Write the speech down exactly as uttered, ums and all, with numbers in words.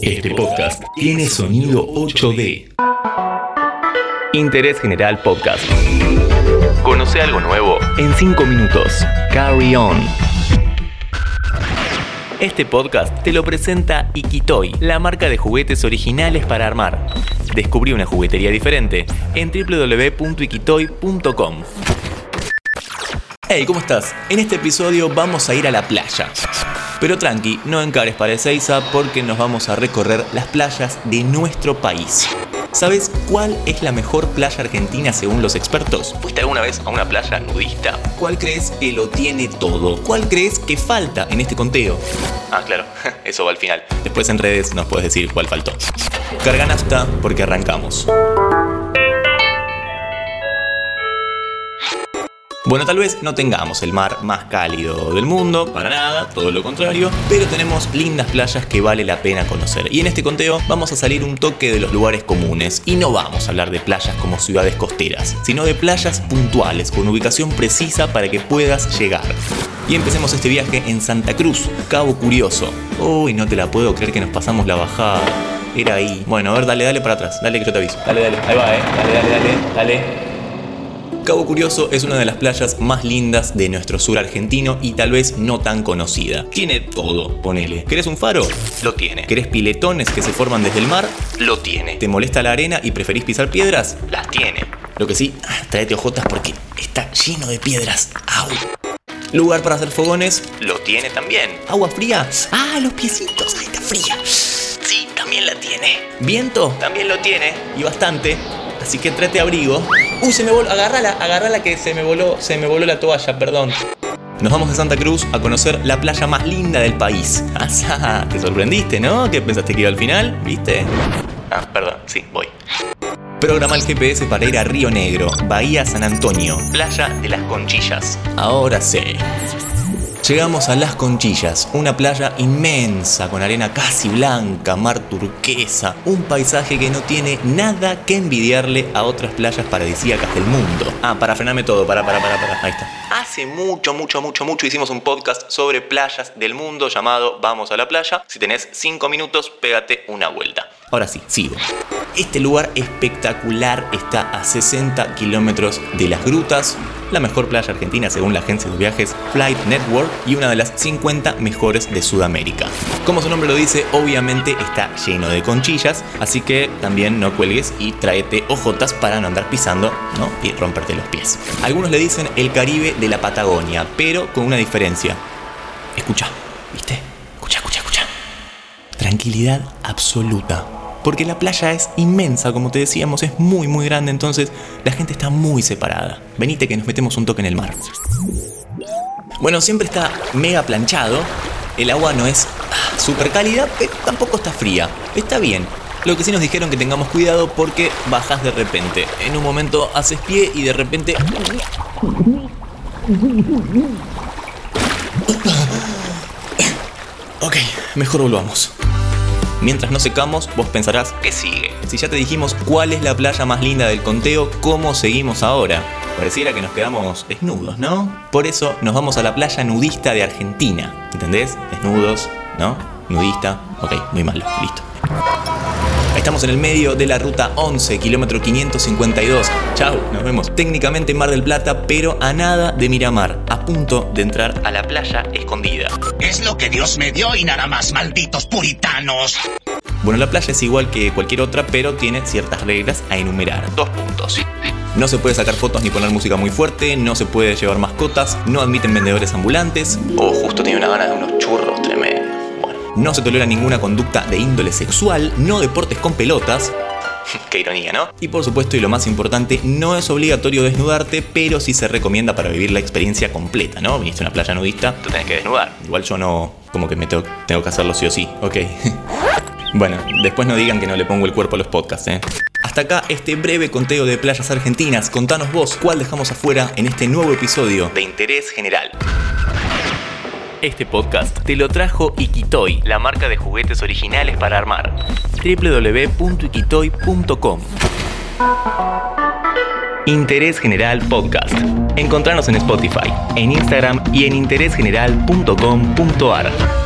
Este podcast tiene sonido ocho D. Interés General Podcast. Conoce algo nuevo en cinco minutos. Carry on. Este podcast te lo presenta Ikitoy, la marca de juguetes originales para armar. Descubrí una juguetería diferente en doble u doble u doble u punto ikitoy punto com. Hey, ¿cómo estás? En este episodio vamos a ir a la playa. Pero tranqui, no encares para Ezeiza porque nos vamos a recorrer las playas de nuestro país. ¿Sabes cuál es la mejor playa argentina según los expertos? ¿Fuiste alguna vez a una playa nudista? ¿Cuál crees que lo tiene todo? ¿Cuál crees que falta en este conteo? Ah, claro, eso va al final. Después en redes nos puedes decir cuál faltó. Carga nafta porque arrancamos. Bueno, tal vez no tengamos el mar más cálido del mundo, para nada, todo lo contrario, pero tenemos lindas playas que vale la pena conocer. Y en este conteo vamos a salir un toque de los lugares comunes y no vamos a hablar de playas como ciudades costeras, sino de playas puntuales, con ubicación precisa para que puedas llegar. Y empecemos este viaje en Santa Cruz, Cabo Curioso. Uy, no te la puedo creer que nos pasamos la bajada. Era ahí. Bueno, a ver, dale, dale para atrás, dale que yo te aviso. Dale, dale, ahí va, eh, dale, dale, dale, dale. Cabo Curioso es una de las playas más lindas de nuestro sur argentino y tal vez no tan conocida. Tiene todo, ponele. ¿Querés un faro? Lo tiene. ¿Querés piletones que se forman desde el mar? Lo tiene. ¿Te molesta la arena y preferís pisar piedras? Las tiene. Lo que sí, tráete ojotas porque está lleno de piedras. ¡Au! ¿Lugar para hacer fogones? Lo tiene también. ¿Agua fría? ¡Ah, los piecitos! ¡Ahí está fría! Sí, también la tiene. ¿Viento? También lo tiene. Y bastante. Así que tráete abrigo. Uy, se me voló, agárrala, agárrala que se me voló, se me voló la toalla, perdón. Nos vamos a Santa Cruz a conocer la playa más linda del país. ¡Asa! Te sorprendiste, ¿no? ¿Qué pensaste que iba al final? ¿Viste? Ah, perdón, sí, voy. Programa el G P S para ir a Río Negro, Bahía San Antonio, Playa de las Conchillas. Ahora sí. Llegamos a Las Conchillas, una playa inmensa con arena casi blanca, mar turquesa, un paisaje que no tiene nada que envidiarle a otras playas paradisíacas del mundo. Ah, para frenarme todo, para, para, para, para, ahí está. Hace mucho, mucho, mucho, mucho hicimos un podcast sobre playas del mundo llamado Vamos a la Playa. Si tenés cinco minutos, pégate una vuelta. Ahora sí, sigo. Este lugar espectacular está a sesenta kilómetros de las grutas, la mejor playa argentina según la agencia de viajes Flight Network y una de las cincuenta mejores de Sudamérica. Como su nombre lo dice, obviamente está lleno de conchillas, así que también no cuelgues y tráete ojotas para no andar pisando, ¿no? Y romperte los pies. Algunos le dicen el Caribe de la Patagonia, pero con una diferencia. Escucha, ¿viste? Escucha, escucha, escucha. Tranquilidad absoluta. Porque la playa es inmensa, como te decíamos, es muy muy grande, entonces la gente está muy separada. Venite que nos metemos un toque en el mar. Bueno, siempre está mega planchado, el agua no es ah, súper cálida, pero tampoco está fría, está bien. Lo que sí nos dijeron que tengamos cuidado porque bajás de repente. En un momento haces pie y de repente... Ok, mejor volvamos. Mientras nos secamos, vos pensarás, ¿qué sigue? Si ya te dijimos cuál es la playa más linda del conteo, ¿cómo seguimos ahora? Pareciera que nos quedamos desnudos, ¿no? Por eso nos vamos a la playa nudista de Argentina. ¿Entendés? Desnudos, ¿no? Nudista. Ok, muy malo, listo. Estamos en el medio de la ruta once, kilómetro quinientos cincuenta y dos. Chau, nos vemos. Técnicamente en Mar del Plata, pero a nada de Miramar, a punto de entrar a la playa escondida. Es lo que Dios me dio y nada más, malditos puritanos. Bueno, la playa es igual que cualquier otra, pero tiene ciertas reglas a enumerar. Dos puntos. No se puede sacar fotos ni poner música muy fuerte, no se puede llevar mascotas, no admiten vendedores ambulantes. Oh, justo tenía una gana de unos churros tremendos. No se tolera ninguna conducta de índole sexual, no deportes con pelotas. Qué ironía, ¿no? Y por supuesto, y lo más importante, no es obligatorio desnudarte, pero sí se recomienda para vivir la experiencia completa, ¿no? Viniste a una playa nudista, te tenés que desnudar. Igual yo no, como que me tengo, tengo que hacerlo sí o sí, ok. Bueno, después no digan que no le pongo el cuerpo a los podcasts, ¿eh? Hasta acá este breve conteo de playas argentinas. Contanos vos cuál dejamos afuera en este nuevo episodio de Interés General. Este podcast te lo trajo Ikitoy, la marca de juguetes originales para armar. doble u doble u doble u punto ikitoy punto com. Interés General Podcast. Encontranos en Spotify, en Instagram y en interés general punto com punto a r.